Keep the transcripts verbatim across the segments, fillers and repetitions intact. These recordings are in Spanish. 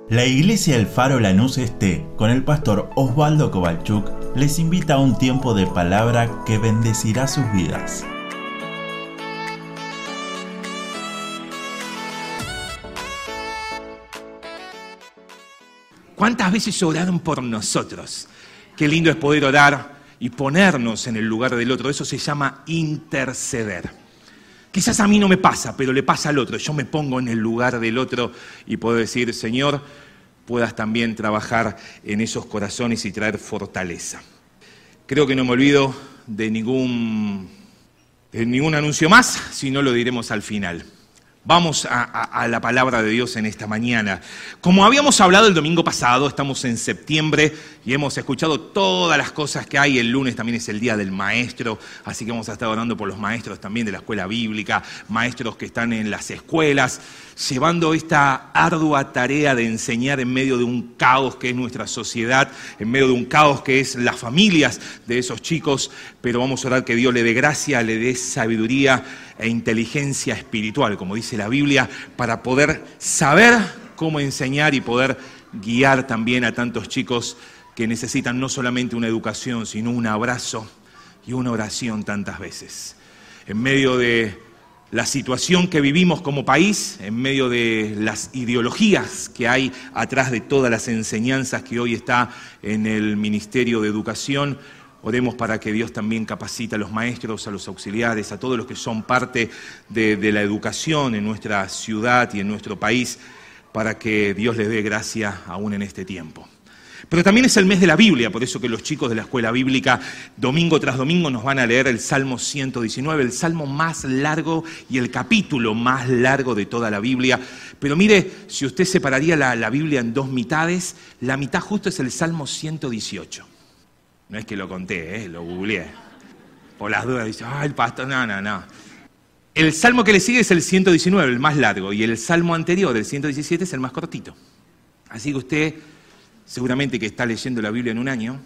La Iglesia El Faro Lanús Este, con el pastor Osvaldo Kovalchuk, les invita a un tiempo de palabra que bendecirá sus vidas. ¿Cuántas veces oraron por nosotros? Qué lindo es poder orar y ponernos en el lugar del otro. Eso se llama interceder. Quizás a mí no me pasa, pero le pasa al otro. Yo me pongo en el lugar del otro y puedo decir, Señor, puedas también trabajar en esos corazones y traer fortaleza. Creo que no me olvido de ningún, de ningún anuncio más, si no lo diremos al final. Vamos a, a, a la palabra de Dios en esta mañana. Como habíamos hablado el domingo pasado, estamos en septiembre y hemos escuchado todas las cosas que hay. El lunes también es el Día del Maestro, así que vamos a estar orando por los maestros también de la escuela bíblica, maestros que están en las escuelas, llevando esta ardua tarea de enseñar en medio de un caos que es nuestra sociedad, en medio de un caos que es las familias de esos chicos, pero vamos a orar que Dios le dé gracia, le dé sabiduría e inteligencia espiritual, como dice la Biblia, para poder saber cómo enseñar y poder guiar también a tantos chicos que necesitan no solamente una educación, sino un abrazo y una oración tantas veces. En medio de la situación que vivimos como país, en medio de las ideologías que hay atrás de todas las enseñanzas que hoy está en el Ministerio de Educación, oremos para que Dios también capacite a los maestros, a los auxiliares, a todos los que son parte de, de la educación en nuestra ciudad y en nuestro país, para que Dios les dé gracia aún en este tiempo. Pero también es el mes de la Biblia, por eso que los chicos de la escuela bíblica, domingo tras domingo, nos van a leer el Salmo ciento diecinueve, el salmo más largo y el capítulo más largo de toda la Biblia. Pero mire, si usted separaría la, la Biblia en dos mitades, la mitad justo es el Salmo ciento dieciocho. No es que lo conté, ¿eh? Lo googleé. Por las dudas, dice, ah, el pastor, no, no, no. El salmo que le sigue es el ciento diecinueve, el más largo, y el salmo anterior, el ciento diecisiete, es el más cortito. Así que usted, seguramente que está leyendo la Biblia en un año.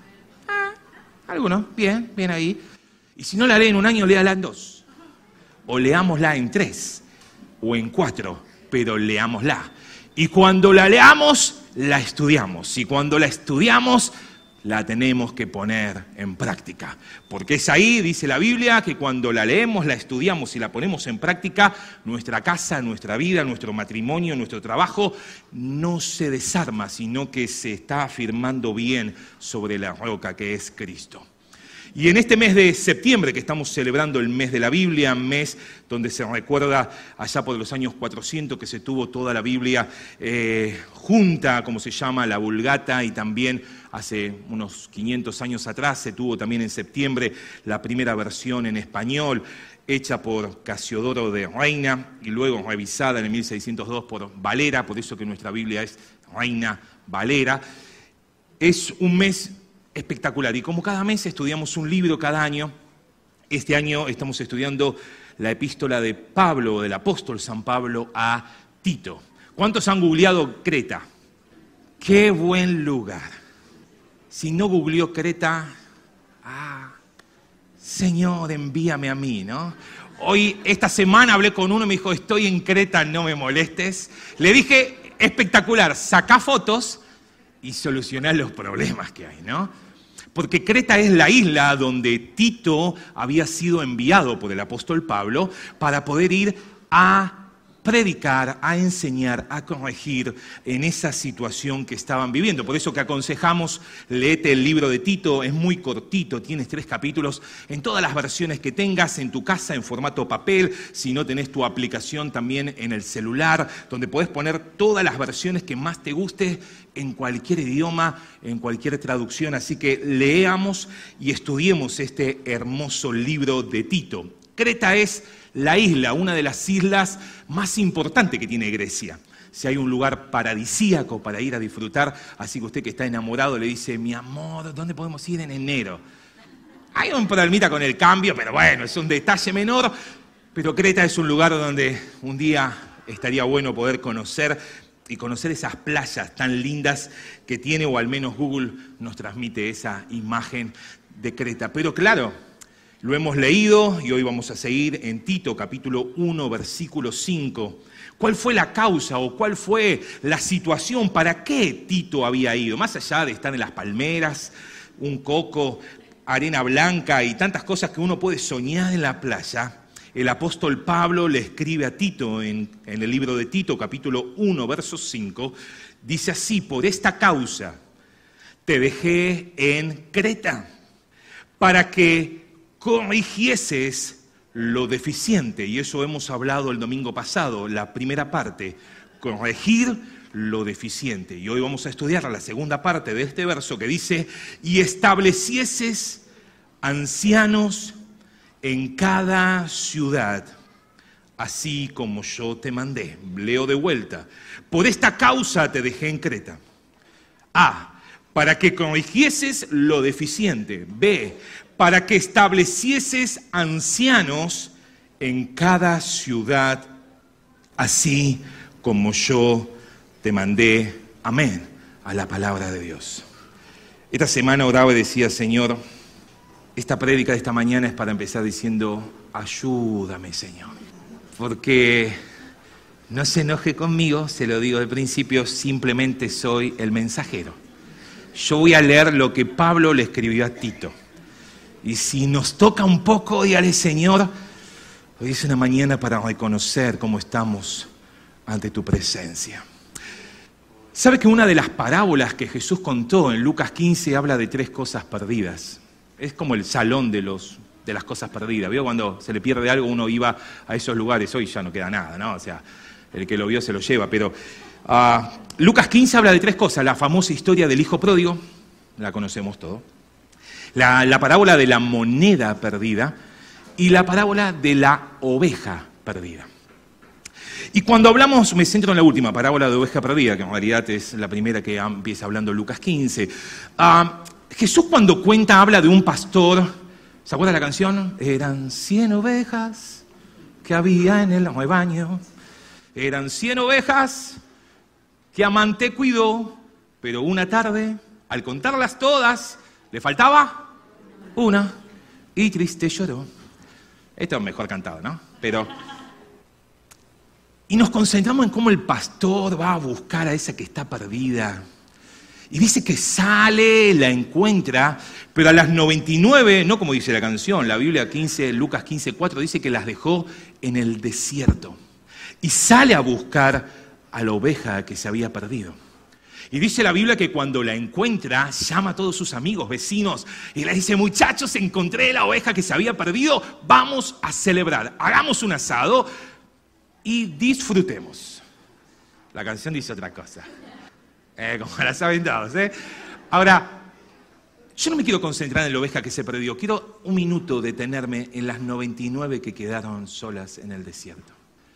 Ah, algunos, bien, bien ahí. Y si no la lee en un año, léala en dos. O leámosla en tres, o en cuatro, pero leámosla. Y cuando la leamos, la estudiamos. Y cuando la estudiamos, la tenemos que poner en práctica. Porque es ahí, dice la Biblia, que cuando la leemos, la estudiamos y la ponemos en práctica, nuestra casa, nuestra vida, nuestro matrimonio, nuestro trabajo, no se desarma, sino que se está afirmando bien sobre la roca que es Cristo. Y en este mes de septiembre, que estamos celebrando el mes de la Biblia, mes donde se recuerda allá por los años cuatrocientos que se tuvo toda la Biblia eh, junta, como se llama, la Vulgata, y también hace unos quinientos años atrás se tuvo también en septiembre la primera versión en español, hecha por Casiodoro de Reina y luego revisada en el mil seiscientos dos por Valera, por eso que nuestra Biblia es Reina Valera. Es un mes espectacular, y como cada mes estudiamos un libro cada año, este año estamos estudiando la epístola de Pablo, del apóstol San Pablo a Tito. ¿Cuántos han googleado Creta? ¡Qué buen lugar! Si no googleó Creta, ah, Señor, envíame a mí, ¿no? Hoy, esta semana hablé con uno y me dijo, estoy en Creta, no me molestes. Le dije, espectacular, sacá fotos y solucioná los problemas que hay, ¿no? Porque Creta es la isla donde Tito había sido enviado por el apóstol Pablo para poder ir a predicar, a enseñar, a corregir en esa situación que estaban viviendo. Por eso que aconsejamos, léete el libro de Tito, es muy cortito, tienes tres capítulos, en todas las versiones que tengas, en tu casa, en formato papel, si no tenés tu aplicación también en el celular, donde podés poner todas las versiones que más te guste, en cualquier idioma, en cualquier traducción. Así que leamos y estudiemos este hermoso libro de Tito. Creta es la isla, una de las islas más importantes que tiene Grecia. Si hay un lugar paradisíaco para ir a disfrutar, así que usted que está enamorado le dice, mi amor, ¿dónde podemos ir en enero? Hay un problemita con el cambio, pero bueno, es un detalle menor. Pero Creta es un lugar donde un día estaría bueno poder conocer y conocer esas playas tan lindas que tiene, o al menos Google nos transmite esa imagen de Creta. Pero claro, lo hemos leído y hoy vamos a seguir en Tito, capítulo uno, versículo cinco. ¿Cuál fue la causa o cuál fue la situación? ¿Para qué Tito había ido? Más allá de estar en las palmeras, un coco, arena blanca y tantas cosas que uno puede soñar en la playa, el apóstol Pablo le escribe a Tito en, en el libro de Tito, capítulo uno, verso cinco, dice así: por esta causa te dejé en Creta, para que corrigieses lo deficiente, y eso hemos hablado el domingo pasado, la primera parte, corregir lo deficiente. Y hoy vamos a estudiar la segunda parte de este verso que dice: y establecieses ancianos en cada ciudad, así como yo te mandé. Leo de vuelta: por esta causa te dejé en Creta. A, para que corrigieses lo deficiente. B, para que establecieses ancianos en cada ciudad, así como yo te mandé. Amén, a la palabra de Dios. Esta semana oraba y decía: Señor, esta prédica de esta mañana es para empezar diciendo: ayúdame, Señor. Porque no se enoje conmigo, se lo digo de principio, simplemente soy el mensajero. Yo voy a leer lo que Pablo le escribió a Tito. Y si nos toca un poco, dígale: Señor, hoy es una mañana para reconocer cómo estamos ante tu presencia. ¿Sabe que una de las parábolas que Jesús contó en Lucas quince habla de tres cosas perdidas? Es como el salón de, los, de las cosas perdidas. ¿Vio? Cuando se le pierde algo, uno iba a esos lugares. Hoy ya no queda nada, ¿no? O sea, el que lo vio se lo lleva. Pero uh, Lucas quince habla de tres cosas. La famosa historia del hijo pródigo, la conocemos todos. La, la parábola de la moneda perdida y la parábola de la oveja perdida. Y cuando hablamos, me centro en la última, parábola de oveja perdida, que en realidad es la primera que empieza hablando Lucas quince. Uh, Jesús cuando cuenta, habla de un pastor. ¿Se acuerdan de la canción? Eran cien ovejas que había en el rebaño. Eran cien ovejas que Amante cuidó, pero una tarde, al contarlas todas, le faltaba una, y triste lloró. Esto es mejor cantado, ¿no? Pero... y nos concentramos en cómo el pastor va a buscar a esa que está perdida. Y dice que sale, la encuentra, pero a las noventa y nueve, no como dice la canción, la Biblia quince, Lucas quince, cuatro, dice que las dejó en el desierto. Y sale a buscar a la oveja que se había perdido. Y dice la Biblia que cuando la encuentra, llama a todos sus amigos, vecinos, y le dice: muchachos, encontré la oveja que se había perdido, vamos a celebrar, hagamos un asado y disfrutemos. La canción dice otra cosa, eh, como la saben todos, ¿eh? Ahora, yo no me quiero concentrar en la oveja que se perdió, quiero un minuto detenerme en las noventa y nueve que quedaron solas en el desierto.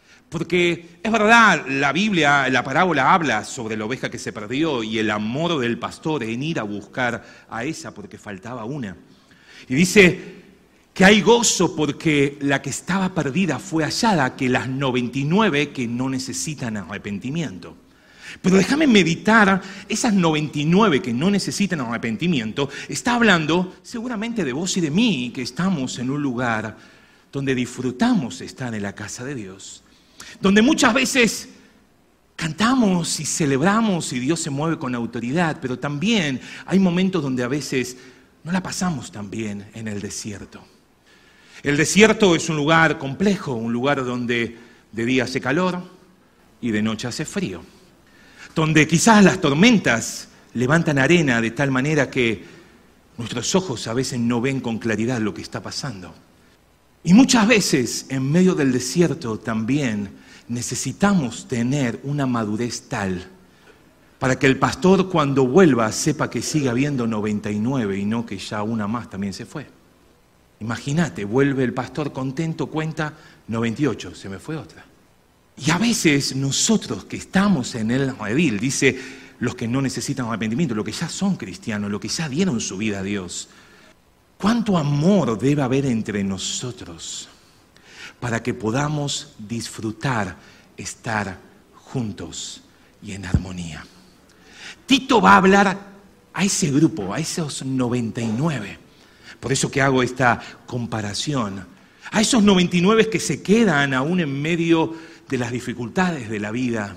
Porque es verdad, la Biblia, la parábola habla sobre la oveja que se perdió y el amor del pastor en ir a buscar a esa porque faltaba una. Y dice que hay gozo porque la que estaba perdida fue hallada, que las noventa y nueve que no necesitan arrepentimiento. Pero déjame meditar, esas noventa y nueve que no necesitan arrepentimiento, está hablando seguramente de vos y de mí, que estamos en un lugar donde disfrutamos estar en la casa de Dios. Donde muchas veces cantamos y celebramos y Dios se mueve con autoridad, pero también hay momentos donde a veces no la pasamos tan bien en el desierto. El desierto es un lugar complejo, un lugar donde de día hace calor y de noche hace frío. Donde quizás las tormentas levantan arena de tal manera que nuestros ojos a veces no ven con claridad lo que está pasando. Y muchas veces en medio del desierto también necesitamos tener una madurez tal para que el pastor cuando vuelva sepa que sigue habiendo noventa y nueve y no que ya una más también se fue. Imagínate, vuelve el pastor contento, cuenta noventa y ocho, se me fue otra. Y a veces nosotros que estamos en el redil, dice los que no necesitan arrepentimiento, los que ya son cristianos, los que ya dieron su vida a Dios, ¿cuánto amor debe haber entre nosotros para que podamos disfrutar, estar juntos y en armonía? Tito va a hablar a ese grupo, a esos noventa y nueve. Por eso que hago esta comparación. A esos noventa y nueve que se quedan aún en medio de las dificultades de la vida,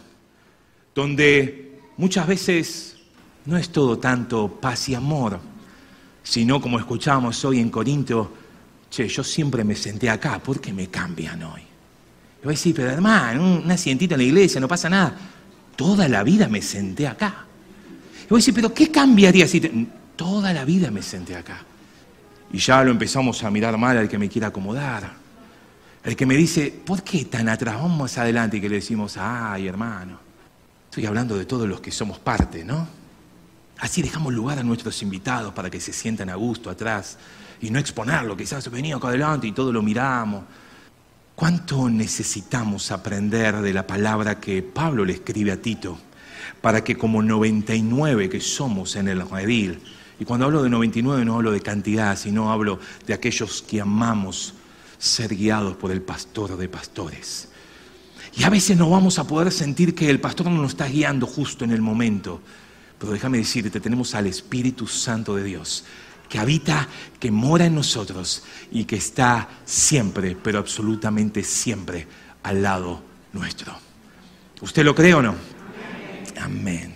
donde muchas veces no es todo tanto paz y amor, sino como escuchábamos hoy en Corinto, che, yo siempre me senté acá, ¿por qué me cambian hoy? Y voy a decir, pero hermano, un asientito en la iglesia, no pasa nada. Toda la vida me senté acá. Y voy a decir, pero ¿qué cambiaría si te... Toda la vida me senté acá? Y ya lo empezamos a mirar mal al que me quiere acomodar. El que me dice, ¿por qué tan atrás? Vamos adelante, y que le decimos, ay, hermano. Estoy hablando de todos los que somos parte, ¿no? Así dejamos lugar a nuestros invitados para que se sientan a gusto atrás y no exponerlo, quizás venía acá adelante y todo lo miramos. ¿Cuánto necesitamos aprender de la palabra que Pablo le escribe a Tito para que como noventa y nueve que somos en el redil, y cuando hablo de noventa y nueve no hablo de cantidad, sino hablo de aquellos que amamos ser guiados por el pastor de pastores? Y a veces no vamos a poder sentir que el pastor no nos está guiando justo en el momento, pero déjame decirte, tenemos al Espíritu Santo de Dios, que habita, que mora en nosotros y que está siempre, pero absolutamente siempre al lado nuestro. ¿Usted lo cree o no? Amén. Amén.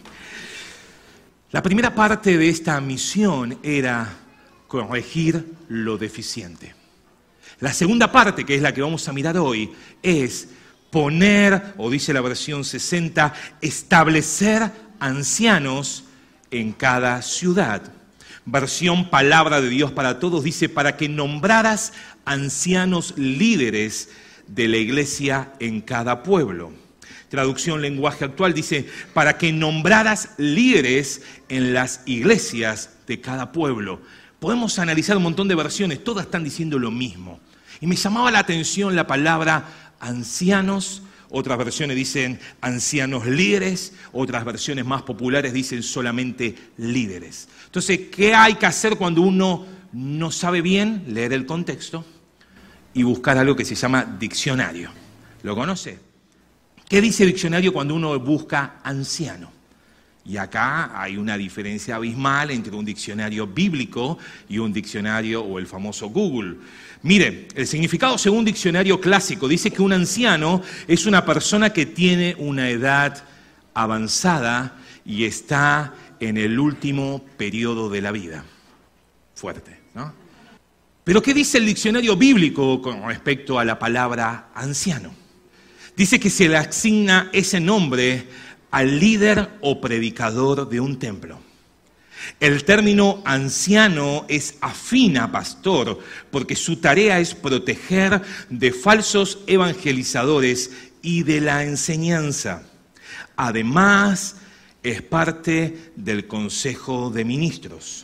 La primera parte de esta misión era corregir lo deficiente. La segunda parte, que es la que vamos a mirar hoy, es poner, o dice la versión sesenta, establecer ancianos en cada ciudad. Versión Palabra de Dios para Todos dice, para que nombraras ancianos líderes de la iglesia en cada pueblo. Traducción Lenguaje Actual dice, para que nombraras líderes en las iglesias de cada pueblo. Podemos analizar un montón de versiones, todas están diciendo lo mismo. Y me llamaba la atención la palabra ancianos. Otras versiones dicen ancianos líderes, otras versiones más populares dicen solamente líderes. Entonces, ¿qué hay que hacer cuando uno no sabe bien? Leer el contexto y buscar algo que se llama diccionario. ¿Lo conoce? ¿Qué dice diccionario cuando uno busca anciano? Y acá hay una diferencia abismal entre un diccionario bíblico y un diccionario o el famoso Google. Mire, el significado según diccionario clásico dice que un anciano es una persona que tiene una edad avanzada y está en el último periodo de la vida. Fuerte, ¿no? Pero ¿qué dice el diccionario bíblico con respecto a la palabra anciano? Dice que se le asigna ese nombre al líder o predicador de un templo. El término anciano es afín a pastor, porque su tarea es proteger de falsos evangelizadores y de la enseñanza. Además, es parte del Consejo de Ministros.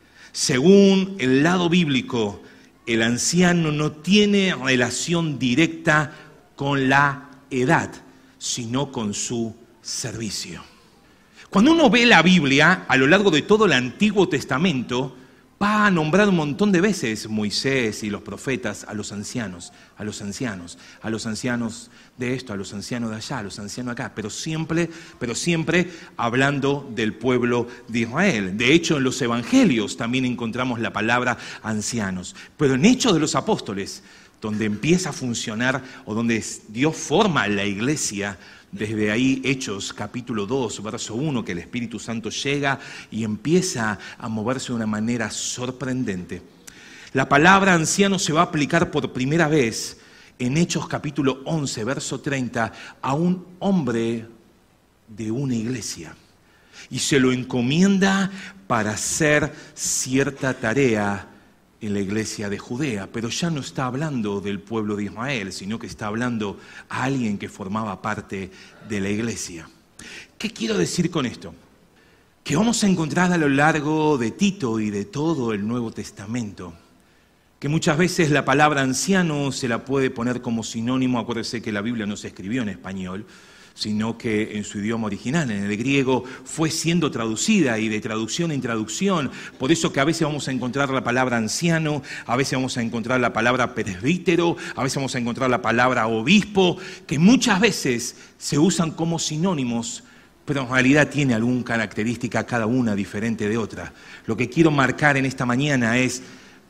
Según el lado bíblico, el anciano no tiene relación directa con la edad, sino con su servicio. Cuando uno ve la Biblia, a lo largo de todo el Antiguo Testamento, va a nombrar un montón de veces Moisés y los profetas a los ancianos, a los ancianos, a los ancianos de esto, a los ancianos de allá, a los ancianos acá, pero siempre, pero siempre hablando del pueblo de Israel. De hecho, en los evangelios también encontramos la palabra ancianos, pero en Hechos de los Apóstoles, donde empieza a funcionar o donde Dios forma la iglesia, desde ahí Hechos capítulo dos, verso uno, que el Espíritu Santo llega y empieza a moverse de una manera sorprendente. La palabra anciano se va a aplicar por primera vez en Hechos capítulo once, verso treinta, a un hombre de una iglesia. Y se lo encomienda para hacer cierta tarea en la iglesia de Judea, pero ya no está hablando del pueblo de Israel, sino que está hablando a alguien que formaba parte de la iglesia. ¿Qué quiero decir con esto? Que vamos a encontrar a lo largo de Tito y de todo el Nuevo Testamento, que muchas veces la palabra anciano se la puede poner como sinónimo. Acuérdese que la Biblia no se escribió en español, sino que en su idioma original, en el griego, fue siendo traducida y de traducción en traducción. Por eso que a veces vamos a encontrar la palabra anciano, a veces vamos a encontrar la palabra presbítero, a veces vamos a encontrar la palabra obispo, que muchas veces se usan como sinónimos, pero en realidad tiene alguna característica cada una diferente de otra. Lo que quiero marcar en esta mañana es,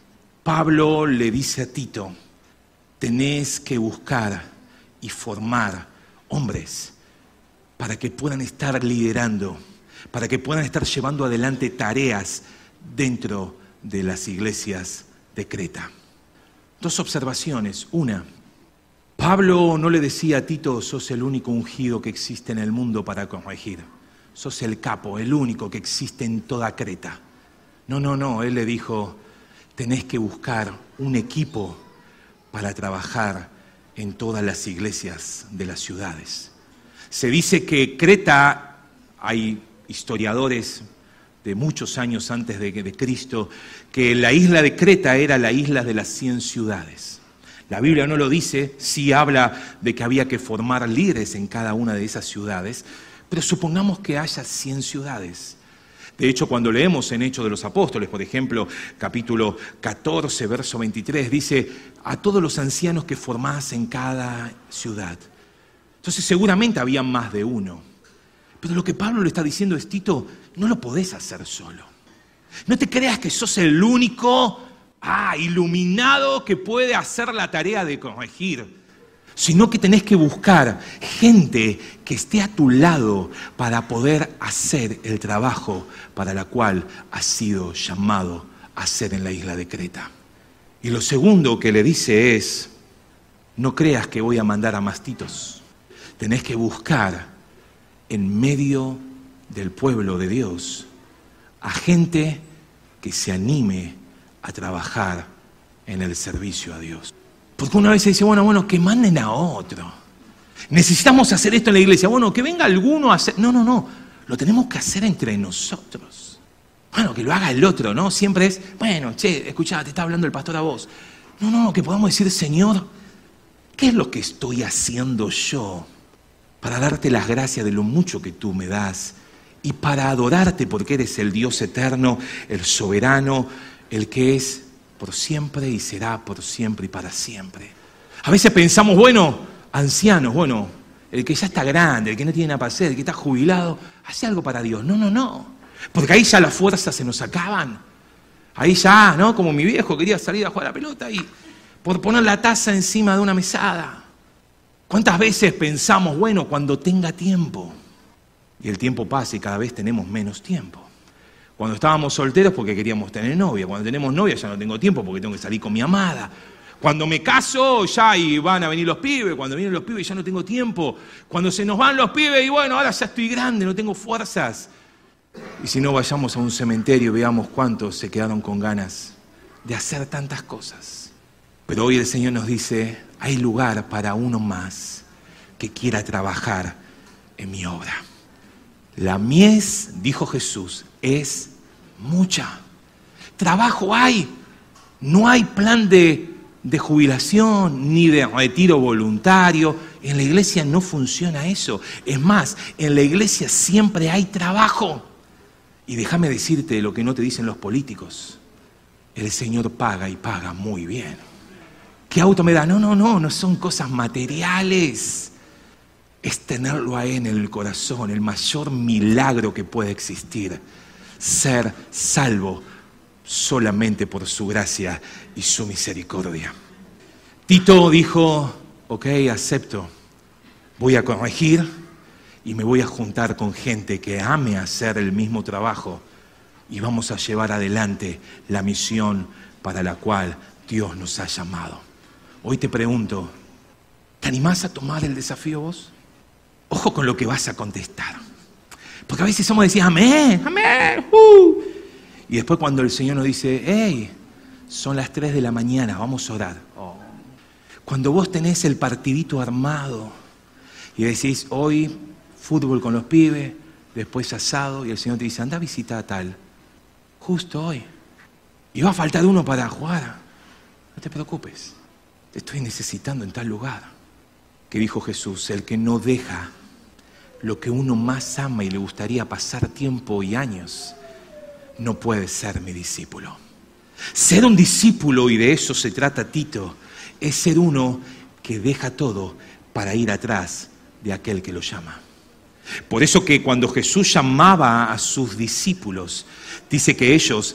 Pablo le dice a Tito, tenés que buscar y formar hombres para que puedan estar liderando, para que puedan estar llevando adelante tareas dentro de las iglesias de Creta. Dos observaciones. Una, Pablo no le decía a Tito, sos el único ungido que existe en el mundo para corregir. Sos el capo, el único que existe en toda Creta. No, no, no, él le dijo, tenés que buscar un equipo para trabajar en todas las iglesias de las ciudades. Se dice que Creta, hay historiadores de muchos años antes de, de Cristo, que la isla de Creta era la isla de las cien ciudades. La Biblia no lo dice, sí habla de que había que formar líderes en cada una de esas ciudades, pero supongamos que haya cien ciudades. De hecho, cuando leemos en Hechos de los Apóstoles, por ejemplo, capítulo catorce, verso veintitrés, dice, a todos los ancianos que formás en cada ciudad. Entonces seguramente había más de uno. Pero lo que Pablo le está diciendo es, Tito, no lo podés hacer solo. No te creas que sos el único ah, iluminado que puede hacer la tarea de corregir, sino que tenés que buscar gente que esté a tu lado para poder hacer el trabajo para la cual has sido llamado a hacer en la isla de Creta. Y lo segundo que le dice es, no creas que voy a mandar a más Titos. Tenés que buscar en medio del pueblo de Dios a gente que se anime a trabajar en el servicio a Dios. Porque una vez se dice, bueno, bueno, que manden a otro. Necesitamos hacer esto en la iglesia. Bueno, que venga alguno a hacer. No, no, no. Lo tenemos que hacer entre nosotros. Bueno, que lo haga el otro, ¿no? Siempre es, bueno, che, escuchá, te está hablando el pastor a vos. No, no, que podamos decir, Señor, ¿qué es lo que estoy haciendo yo para darte las gracias de lo mucho que tú me das y para adorarte porque eres el Dios eterno, el soberano, el que es por siempre y será por siempre y para siempre? A veces pensamos, bueno, ancianos, bueno, el que ya está grande, el que no tiene nada para hacer, el que está jubilado, hace algo para Dios. No, no, no, porque ahí ya las fuerzas se nos acaban. Ahí ya, ¿no? Como mi viejo quería salir a jugar a la pelota y por poner la taza encima de una mesada. ¿Cuántas veces pensamos, bueno, cuando tenga tiempo? Y el tiempo pasa y cada vez tenemos menos tiempo. Cuando estábamos solteros porque queríamos tener novia. Cuando tenemos novia ya no tengo tiempo porque tengo que salir con mi amada. Cuando me caso ya y van a venir los pibes. Cuando vienen los pibes ya no tengo tiempo. Cuando se nos van los pibes y bueno, ahora ya estoy grande, no tengo fuerzas. Y si no, vayamos a un cementerio y veamos cuántos se quedaron con ganas de hacer tantas cosas. Pero hoy el Señor nos dice, hay lugar para uno más que quiera trabajar en mi obra. La mies, dijo Jesús, es mucha. Trabajo hay. No hay plan de, de jubilación ni de retiro voluntario. En la iglesia no funciona eso. Es más, en la iglesia siempre hay trabajo. Y déjame decirte lo que no te dicen los políticos. El Señor paga y paga muy bien. ¿Qué auto me da? No, no, no, no son cosas materiales. Es tenerlo a Él en el corazón, el mayor milagro que puede existir. Ser salvo solamente por su gracia y su misericordia. Tito dijo, ok, acepto, voy a corregir y me voy a juntar con gente que ame hacer el mismo trabajo y vamos a llevar adelante la misión para la cual Dios nos ha llamado. Hoy te pregunto, ¿te animás a tomar el desafío vos? Ojo con lo que vas a contestar. Porque a veces somos decir, amén, amén, uh. Y después cuando el Señor nos dice, hey, son las tres de la mañana, vamos a orar. Oh. Cuando vos tenés el partidito armado y decís, hoy fútbol con los pibes, después asado, y el Señor te dice, anda a visitar a tal, justo hoy. Y va a faltar uno para jugar. No te preocupes, te estoy necesitando en tal lugar. Que dijo Jesús, el que no deja lo que uno más ama y le gustaría pasar tiempo y años, no puede ser mi discípulo. Ser un discípulo, y de eso se trata Tito, es ser uno que deja todo para ir atrás de aquel que lo llama. Por eso que cuando Jesús llamaba a sus discípulos, dice que ellos,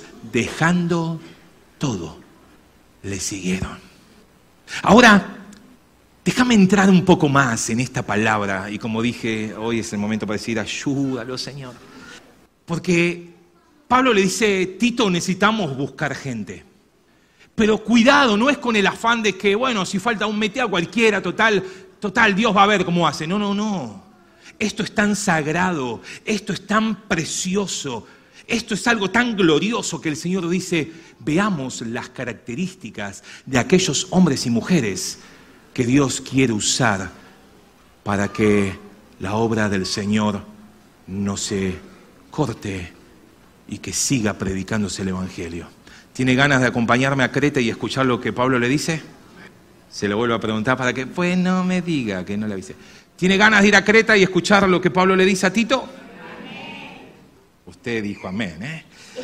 dejando todo, le siguieron. Ahora, Déjame entrar un poco más en esta palabra. Y como dije, hoy es el momento para decir, ayúdalo, Señor. Porque Pablo le dice, Tito, necesitamos buscar gente. Pero cuidado, no es con el afán de que, bueno, si falta un mete a cualquiera, total, total, Dios va a ver cómo hace. No, no, no. Esto es tan sagrado, esto es tan precioso, esto es algo tan glorioso que el Señor dice, veamos las características de aquellos hombres y mujeres que Dios quiere usar para que la obra del Señor no se corte y que siga predicándose el Evangelio. ¿Tiene ganas de acompañarme a Creta y escuchar lo que Pablo le dice? Se lo vuelvo a preguntar para que, pues no me diga que no le avise. ¿Tiene ganas de ir a Creta y escuchar lo que Pablo le dice a Tito? Amén. Usted dijo amén, ¿eh?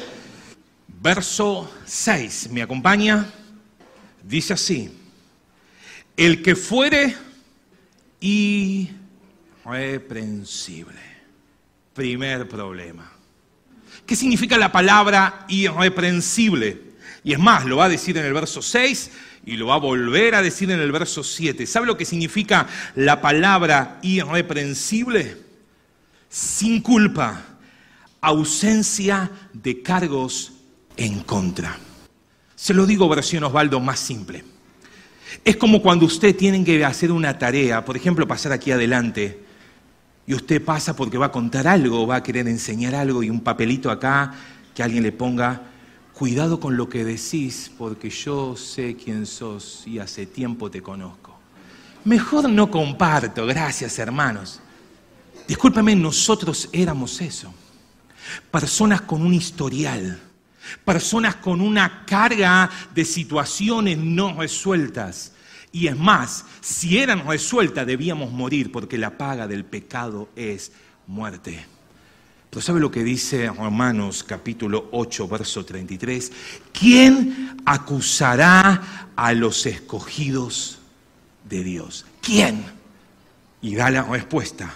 Verso seis, ¿me acompaña? Dice así: el que fuere irreprensible. Primer problema. ¿Qué significa la palabra irreprensible? Y es más, lo va a decir en el verso seis y lo va a volver a decir en el verso siete. ¿Sabe lo que significa la palabra irreprensible? Sin culpa, ausencia de cargos en contra. Se lo digo versión Osvaldo más simple. Es como cuando usted tiene que hacer una tarea, por ejemplo, pasar aquí adelante, y usted pasa porque va a contar algo, va a querer enseñar algo, y un papelito acá que alguien le ponga, cuidado con lo que decís, porque yo sé quién sos y hace tiempo te conozco. Mejor no comparto, gracias hermanos. Discúlpeme, nosotros éramos eso. Personas con un historial, personas con una carga de situaciones no resueltas. Y es más, si eran resueltas debíamos morir porque la paga del pecado es muerte. Pero ¿sabe lo que dice Romanos capítulo ocho, verso treinta y tres? ¿Quién acusará a los escogidos de Dios? ¿Quién? Y da la respuesta.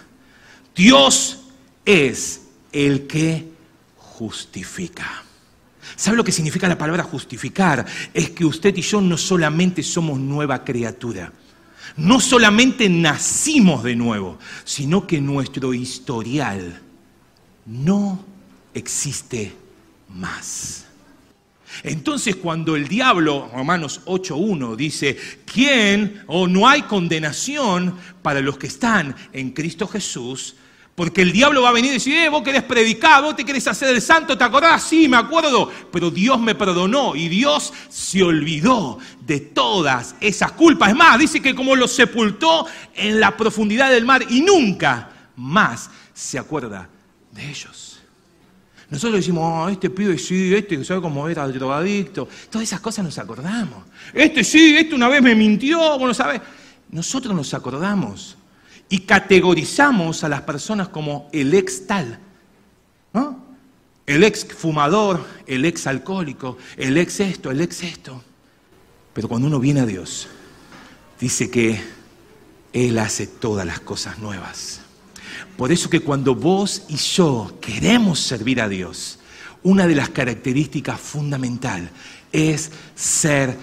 Dios es el que justifica. ¿Sabe lo que significa la palabra justificar? Es que usted y yo no solamente somos nueva criatura, no solamente nacimos de nuevo, sino que nuestro historial no existe más. Entonces, cuando el diablo, Romanos ocho uno, dice, ¿quién o no hay condenación para los que están en Cristo Jesús? Porque el diablo va a venir y decir, eh, vos querés predicar, vos te querés hacer el santo, ¿te acordás? Sí, me acuerdo, pero Dios me perdonó y Dios se olvidó de todas esas culpas. Es más, dice que como los sepultó en la profundidad del mar y nunca más se acuerda de ellos. Nosotros decimos, oh, este pibe sí, este sabe cómo era el drogadicto. Todas esas cosas nos acordamos. Este sí, este una vez me mintió, bueno, ¿sabes? Nosotros nos acordamos. Y categorizamos a las personas como el ex tal, ¿no? El ex fumador, el ex alcohólico, el ex esto, el ex esto. Pero cuando uno viene a Dios, dice que Él hace todas las cosas nuevas. Por eso que cuando vos y yo queremos servir a Dios, una de las características fundamentales es ser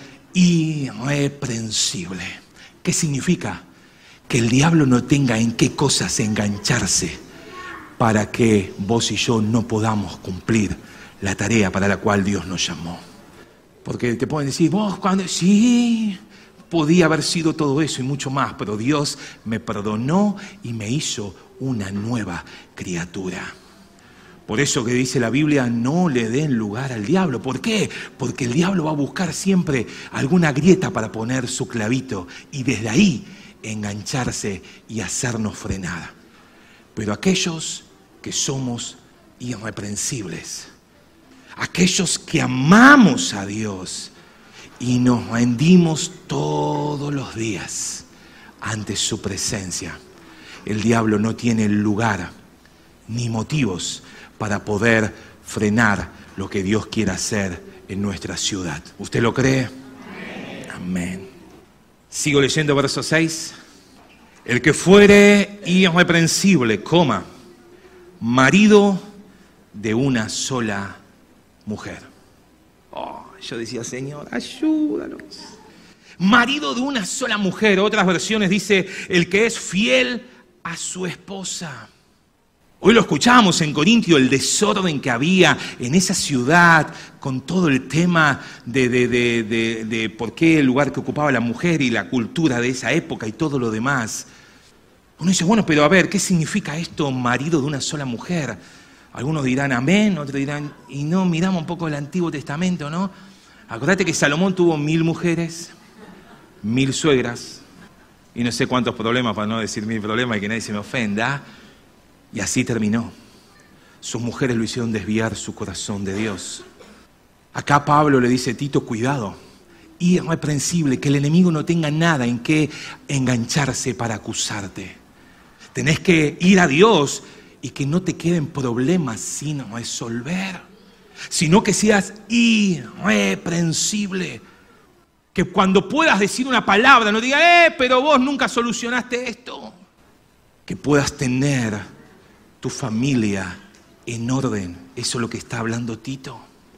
irreprensible. ¿Qué significa? Que el diablo no tenga en qué cosas engancharse para que vos y yo no podamos cumplir la tarea para la cual Dios nos llamó. Porque te pueden decir, vos cuando... Sí, podía haber sido todo eso y mucho más, pero Dios me perdonó y me hizo una nueva criatura. Por eso que dice la Biblia, no le den lugar al diablo. ¿Por qué? Porque el diablo va a buscar siempre alguna grieta para poner su clavito y desde ahí engancharse y hacernos frenada. Pero aquellos que somos irreprensibles, aquellos que amamos a Dios y nos rendimos todos los días ante su presencia, el diablo no tiene lugar ni motivos para poder frenar lo que Dios quiere hacer en nuestra ciudad. ¿Usted lo cree? Amén. Amén. Sigo leyendo verso seis. El que fuere irreprensible, coma, marido de una sola mujer. Oh, yo decía, Señor, ayúdanos. Marido de una sola mujer. Otras versiones dice el que es fiel a su esposa. Hoy lo escuchábamos en Corintio, el desorden que había en esa ciudad con todo el tema de, de, de, de, de por qué el lugar que ocupaba la mujer y la cultura de esa época y todo lo demás. Uno dice, bueno, pero a ver, ¿qué significa esto, marido de una sola mujer? Algunos dirán amén, otros dirán, y no, miramos un poco el Antiguo Testamento, ¿no? Acordate que Salomón tuvo mil mujeres, mil suegras, y no sé cuántos problemas, para no decir mil problemas y que nadie se me ofenda. Y así terminó. Sus mujeres lo hicieron desviar su corazón de Dios. Acá Pablo le dice, Tito, cuidado, irreprensible, que el enemigo no tenga nada en qué engancharse para acusarte. Tenés que ir a Dios y que no te queden problemas sin resolver, sino que seas irreprensible. Que cuando puedas decir una palabra no digas, eh, pero vos nunca solucionaste esto. Que puedas tener tu familia en orden. Eso es lo que está hablando Tito.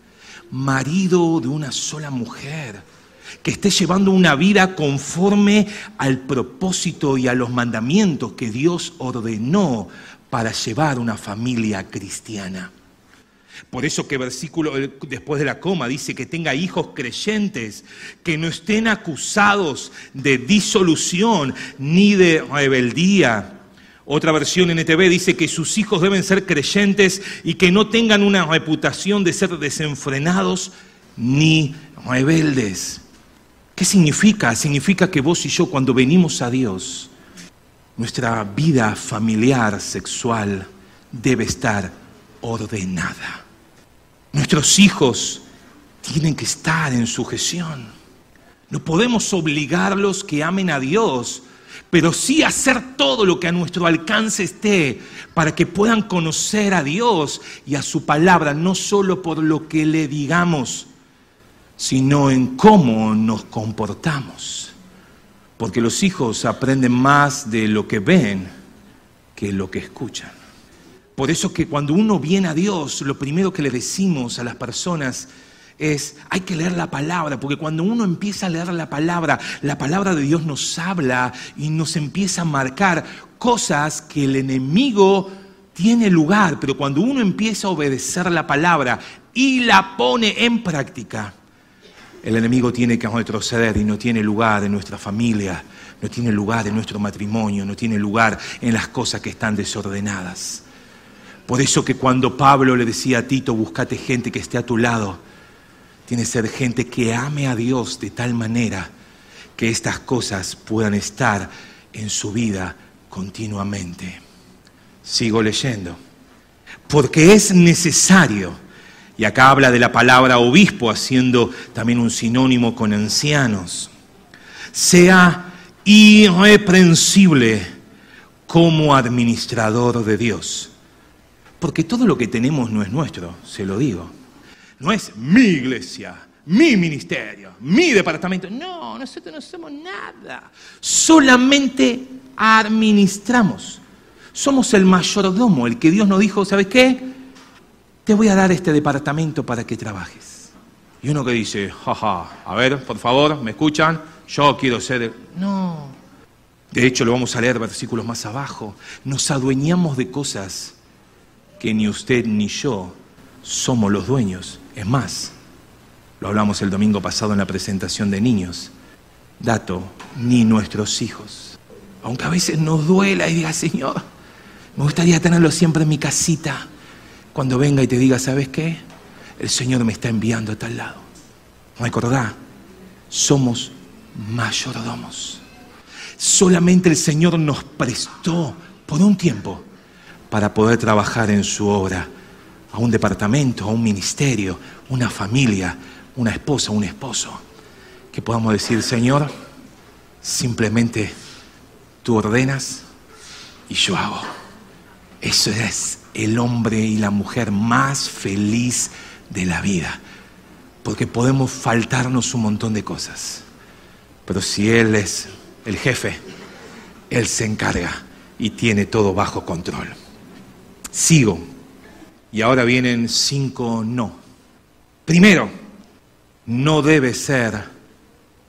Marido de una sola mujer, que esté llevando una vida conforme al propósito y a los mandamientos que Dios ordenó para llevar una familia cristiana. Por eso que versículo después de la coma dice que tenga hijos creyentes, que no estén acusados de disolución ni de rebeldía. Otra versión en N T V dice que sus hijos deben ser creyentes y que no tengan una reputación de ser desenfrenados ni rebeldes. ¿Qué significa? Significa que vos y yo, cuando venimos a Dios, nuestra vida familiar, sexual, debe estar ordenada. Nuestros hijos tienen que estar en sujeción. No podemos obligarlos que amen a Dios, pero sí hacer todo lo que a nuestro alcance esté para que puedan conocer a Dios y a su palabra, no solo por lo que le digamos, sino en cómo nos comportamos. Porque los hijos aprenden más de lo que ven que lo que escuchan. Por eso que cuando uno viene a Dios, lo primero que le decimos a las personas es, hay que leer la palabra, porque cuando uno empieza a leer la palabra, la palabra de Dios nos habla y nos empieza a marcar cosas que el enemigo tiene lugar, pero cuando uno empieza a obedecer la palabra y la pone en práctica, el enemigo tiene que retroceder y no tiene lugar en nuestra familia, no tiene lugar en nuestro matrimonio, no tiene lugar en las cosas que están desordenadas. Por eso que cuando Pablo le decía a Tito, búscate gente que esté a tu lado, tiene que ser gente que ame a Dios de tal manera que estas cosas puedan estar en su vida continuamente. Sigo leyendo. Porque es necesario, y acá habla de la palabra obispo, haciendo también un sinónimo con ancianos, sea irreprensible como administrador de Dios. Porque todo lo que tenemos no es nuestro, se lo digo. No es mi iglesia, mi ministerio, mi departamento. No, nosotros no somos nada. Solamente administramos. Somos el mayordomo, el que Dios nos dijo, ¿sabes qué? Te voy a dar este departamento para que trabajes. Y uno que dice, jaja, a ver, por favor, ¿me escuchan? Yo quiero ser... El... No. De hecho, lo vamos a leer versículos más abajo. Nos adueñamos de cosas que ni usted ni yo somos los dueños. Es más, lo hablamos el domingo pasado en la presentación de niños. Dato, ni nuestros hijos. Aunque a veces nos duela y diga, Señor, me gustaría tenerlo siempre en mi casita. Cuando venga y te diga, ¿sabes qué? El Señor me está enviando a tal lado. Recordá, somos mayordomos. Solamente el Señor nos prestó por un tiempo para poder trabajar en su obra. A un departamento, a un ministerio, una familia, una esposa, un esposo. Que podamos decir, Señor, simplemente tú ordenas y yo hago. Eso es el hombre y la mujer más feliz de la vida. Porque podemos faltarnos un montón de cosas. Pero si Él es el jefe, Él se encarga y tiene todo bajo control. Sigo. Y ahora vienen cinco no. Primero, no debe ser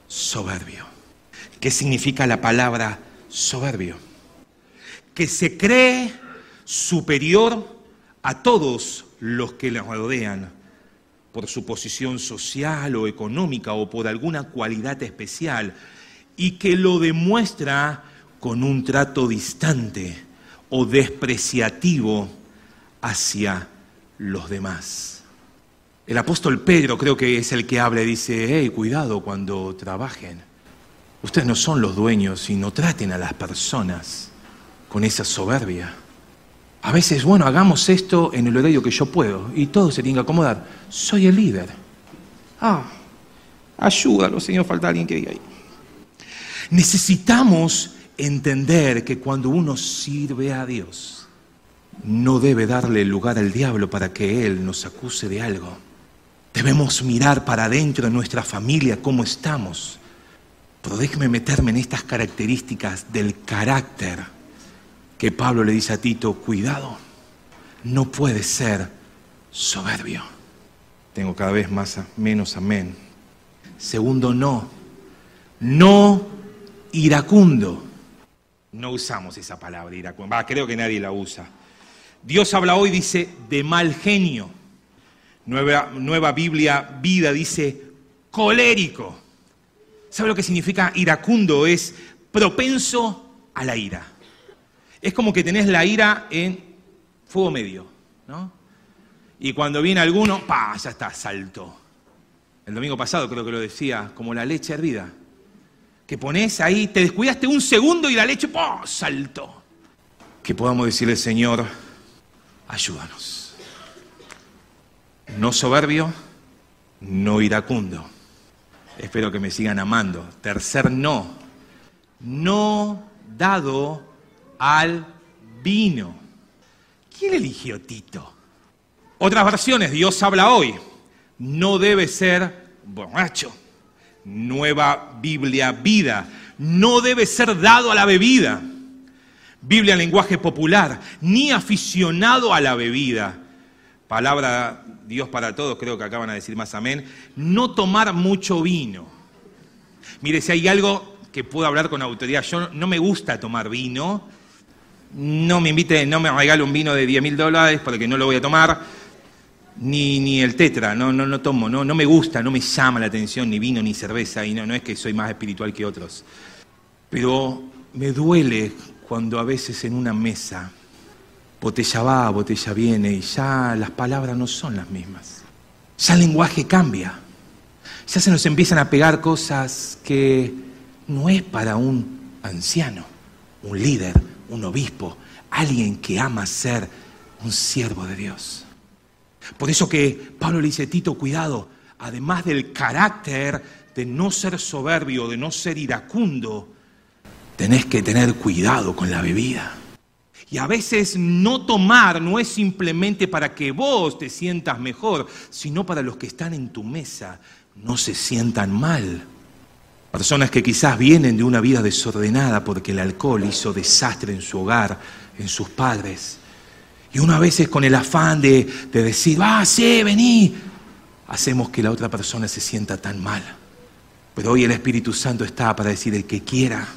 soberbio. ¿Qué significa la palabra soberbio? Que se cree superior a todos los que le rodean por su posición social o económica o por alguna cualidad especial y que lo demuestra con un trato distante o despreciativo hacia los demás. El apóstol Pedro creo que es el que habla y dice, hey, cuidado cuando trabajen. Ustedes no son los dueños y no traten a las personas con esa soberbia. A veces, bueno, hagamos esto en el horario que yo puedo y todo se tiene que acomodar. Soy el líder. Ah, ayúdalo, Señor, falta alguien que diga ahí. Necesitamos entender que cuando uno sirve a Dios, no debe darle lugar al diablo para que Él nos acuse de algo. Debemos mirar para adentro de nuestra familia cómo estamos. Pero déjeme meterme en estas características del carácter que Pablo le dice a Tito, cuidado, no puedes ser soberbio. Tengo cada vez más, menos amén. Segundo, no. No iracundo. No usamos esa palabra iracundo. Va, creo que nadie la usa. Dios habla hoy, dice, de mal genio. Nueva, nueva Biblia Vida dice colérico. ¿Sabe lo que significa iracundo? Es propenso a la ira. Es como que tenés la ira en fuego medio, ¿no? Y cuando viene alguno, ¡pa!, ya está, saltó. El domingo pasado creo que lo decía, como la leche hervida. Que ponés ahí, te descuidaste un segundo y la leche, ¡pa!, saltó. Que podamos decirle, Señor, ayúdanos. No soberbio, no iracundo. Espero que me sigan amando. Tercer no. No dado al vino. ¿Quién eligió Tito? Otras versiones, Dios habla hoy. No debe ser borracho. Nueva Biblia Vida. No debe ser dado a la bebida. Biblia en lenguaje popular. Ni aficionado a la bebida. Palabra Dios para todos, creo que acaban de decir más amén. No tomar mucho vino. Mire, si hay algo que puedo hablar con autoridad, yo no me gusta tomar vino. No me invite, no me regale un vino de diez mil dólares porque no lo voy a tomar. Ni, ni el tetra, no, no, no tomo, no, no me gusta, no me llama la atención ni vino ni cerveza. Y no, no es que soy más espiritual que otros. Pero me duele cuando a veces en una mesa botella va, botella viene y ya las palabras no son las mismas. Ya el lenguaje cambia. Ya se nos empiezan a pegar cosas que no es para un anciano, un líder, un obispo, alguien que ama ser un siervo de Dios. Por eso que Pablo le dice a Tito, cuidado, además del carácter de no ser soberbio, de no ser iracundo, tenés que tener cuidado con la bebida. Y a veces no tomar no es simplemente para que vos te sientas mejor, sino para los que están en tu mesa no se sientan mal. Personas que quizás vienen de una vida desordenada porque el alcohol hizo desastre en su hogar, en sus padres. Y uno a veces con el afán de, de decir, ah, sí, vení, hacemos que la otra persona se sienta tan mal. Pero hoy el Espíritu Santo está para decir, el que quiera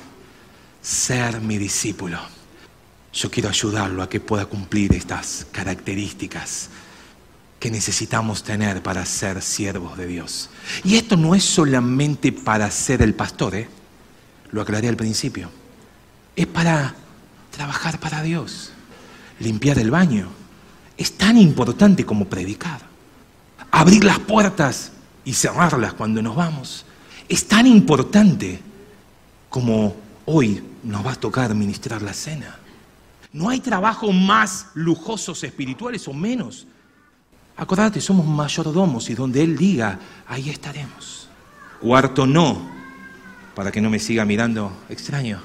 ser mi discípulo, yo quiero ayudarlo a que pueda cumplir estas características que necesitamos tener para ser siervos de Dios. Y esto no es solamente para ser el pastor, ¿eh? Lo aclaré al principio. Es para trabajar para Dios, limpiar el baño. Es tan importante como predicar. Abrir las puertas y cerrarlas cuando nos vamos. Es tan importante como hoy nos va a tocar ministrar la cena. No hay trabajo más lujosos espirituales o menos. Acordate, somos mayordomos y donde Él diga, ahí estaremos. Cuarto no, para que no me siga mirando extraño.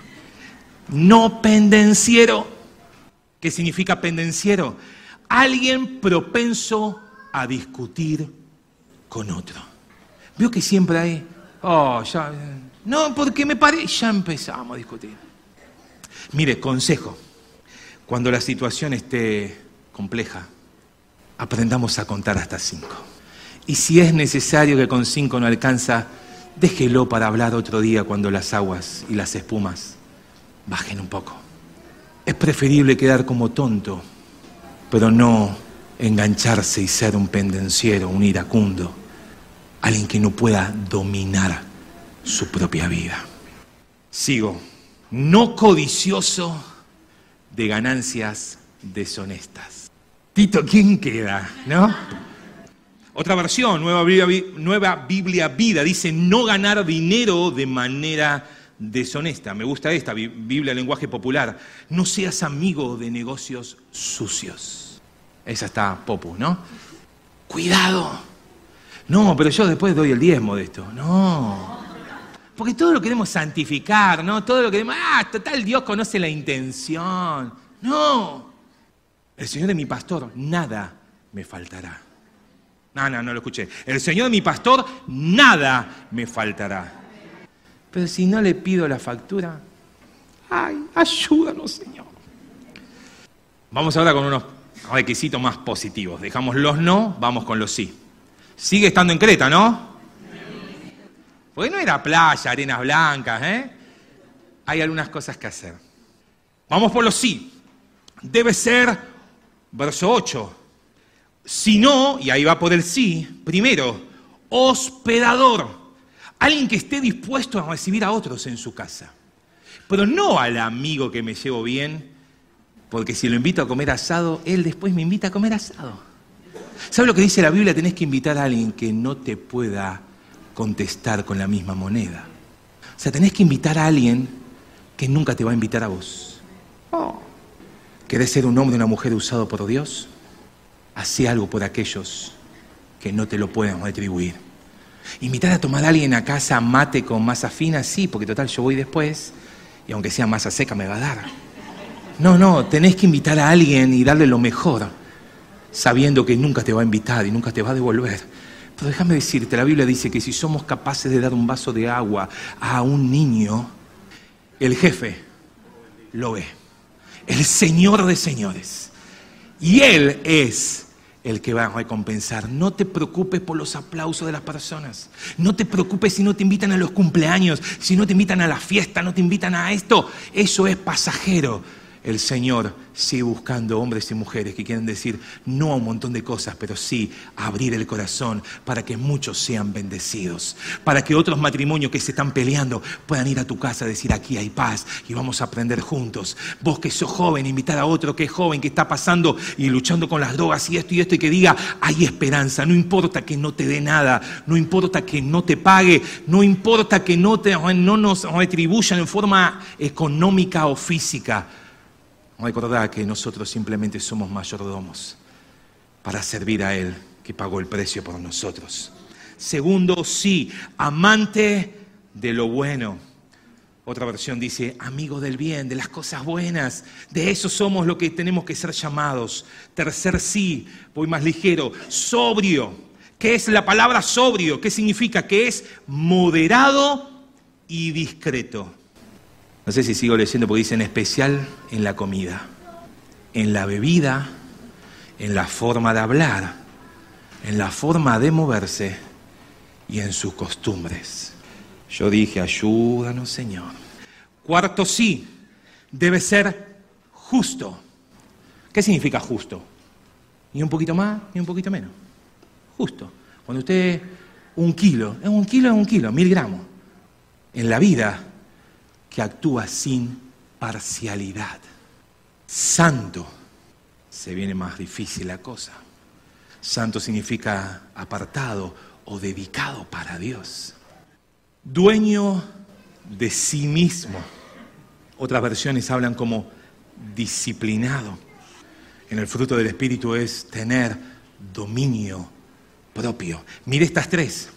No pendenciero. ¿Qué significa pendenciero? Alguien propenso a discutir con otro. Veo que siempre hay, oh, ya, no, porque me parece, ya empezamos a discutir. Mire, consejo. Cuando la situación esté compleja, aprendamos a contar hasta cinco. Y si es necesario que con cinco no alcanza, déjelo para hablar otro día cuando las aguas y las espumas bajen un poco. Es preferible quedar como tonto, pero no engancharse y ser un pendenciero, un iracundo, alguien que no pueda dominar su propia vida. Sigo, no codicioso de ganancias deshonestas. Tito, ¿quién queda? ¿No? Otra versión, Nueva Biblia, Nueva Biblia Vida, dice no ganar dinero de manera deshonesta. Me gusta esta, Biblia lenguaje popular. No seas amigo de negocios sucios. Esa está popu, ¿no? Cuidado. No, pero yo después doy el diezmo de esto. No. Porque todo lo queremos santificar, ¿no? Todo lo queremos... Ah, total, Dios conoce la intención. No. El Señor es mi pastor, nada me faltará. No, no, no lo escuché. El Señor es mi pastor, nada me faltará. Pero si no le pido la factura, ay, ayúdanos, Señor. Vamos ahora con unos requisitos más positivos. Dejamos los no, vamos con los sí. Sigue estando en Creta, ¿no? Porque no era playa, arenas blancas, ¿eh? Hay algunas cosas que hacer. Vamos por los sí. Debe ser, verso ocho. Si no, y ahí va por el sí, primero, hospedador. Alguien que esté dispuesto a recibir a otros en su casa. Pero no al amigo que me llevo bien, porque si lo invito a comer asado, él después me invita a comer asado. ¿Sabe lo que dice la Biblia? Tenés que invitar a alguien que no te pueda contestar con la misma moneda. O sea, tenés que invitar a alguien que nunca te va a invitar a vos. Oh. ¿Querés ser un hombre o una mujer usado por Dios? Hacé algo por aquellos que no te lo puedan retribuir. Invitar a tomar a alguien a casa mate con masa fina, sí, porque total yo voy después y aunque sea masa seca me va a dar. No, no, tenés que invitar a alguien y darle lo mejor, sabiendo que nunca te va a invitar y nunca te va a devolver. Pero déjame decirte, la Biblia dice que si somos capaces de dar un vaso de agua a un niño, el jefe lo ve. El Señor de señores. Y Él es el que va a recompensar. No te preocupes por los aplausos de las personas. No te preocupes si no te invitan a los cumpleaños, si no te invitan a la fiesta, no te invitan a esto. Eso es pasajero. El Señor sigue buscando hombres y mujeres que quieren decir no a un montón de cosas, pero sí abrir el corazón para que muchos sean bendecidos. Para que otros matrimonios que se están peleando puedan ir a tu casa y decir aquí hay paz y vamos a aprender juntos. Vos que sos joven, invitar a otro que es joven, que está pasando y luchando con las drogas y esto y esto y que diga hay esperanza. No importa que no te dé nada, no importa que no te pague, no importa que no, te, no nos retribuyan en forma económica o física. Recordá que nosotros simplemente somos mayordomos para servir a Él, que pagó el precio por nosotros. Segundo, sí, amante de lo bueno. Otra versión dice, amigo del bien, de las cosas buenas. De eso somos lo que tenemos que ser llamados. Tercer, sí, voy más ligero, sobrio. ¿Qué es la palabra sobrio? ¿Qué significa? Que es moderado y discreto. No sé si sigo leyendo porque dice en especial en la comida, en la bebida, en la forma de hablar, en la forma de moverse y en sus costumbres. Yo dije, ayúdanos, Señor. Cuarto, sí, debe ser justo. ¿Qué significa justo? Ni un poquito más, ni un poquito menos. Justo. Cuando usted, un kilo, un kilo es un kilo, mil gramos. En la vida, que actúa sin parcialidad. Santo, se viene más difícil la cosa. Santo significa apartado o dedicado para Dios. Dueño de sí mismo. Otras versiones hablan como disciplinado. En el fruto del Espíritu es tener dominio propio. Mire estas tres.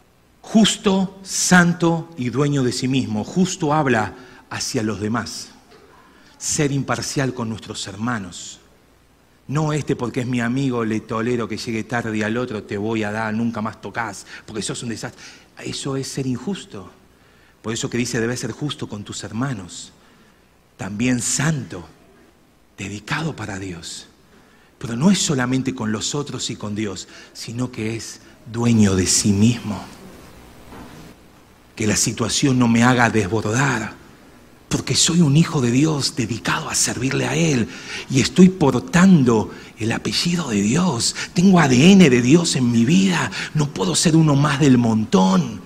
Justo, santo y dueño de sí mismo. Justo habla hacia los demás. Ser imparcial con nuestros hermanos. No este porque es mi amigo, le tolero que llegue tarde y al otro te voy a dar, nunca más tocas, porque sos un desastre. Eso es ser injusto. Por eso que dice debes ser justo con tus hermanos. También santo, dedicado para Dios. Pero no es solamente con los otros y con Dios, sino que es dueño de sí mismo. que la situación no me haga desbordar, porque soy un hijo de Dios dedicado a servirle a Él y estoy portando el apellido de Dios. Tengo A D N de Dios en mi vida, no puedo ser uno más del montón.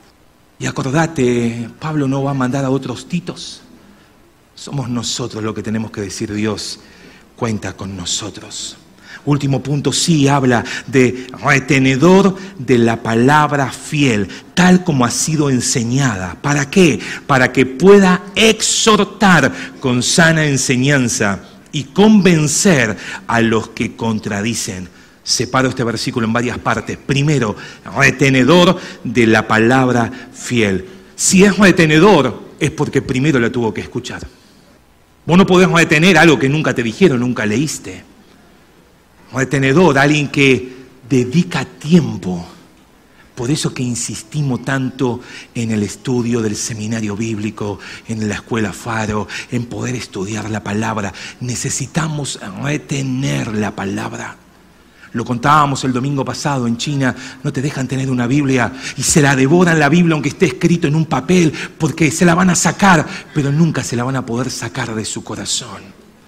Y acordate, Pablo no va a mandar a otros Titos. Somos nosotros los que tenemos que decir: Dios cuenta con nosotros. Último punto, sí habla de retenedor de la palabra fiel, tal como ha sido enseñada. ¿Para qué? Para que pueda exhortar con sana enseñanza y convencer a los que contradicen. Separo este versículo en varias partes. Primero, retenedor de la palabra fiel. Si es retenedor, es porque primero la tuvo que escuchar. Vos no podés retener algo que nunca te dijeron, nunca leíste. Retenedor, alguien que dedica tiempo. Por eso que insistimos tanto en el estudio del seminario bíblico, en la escuela Faro, en poder estudiar la palabra. Necesitamos retener la palabra. Lo contábamos el domingo pasado, en China no te dejan tener una Biblia y se la devoran la Biblia aunque esté escrito en un papel, porque se la van a sacar, pero nunca se la van a poder sacar de su corazón.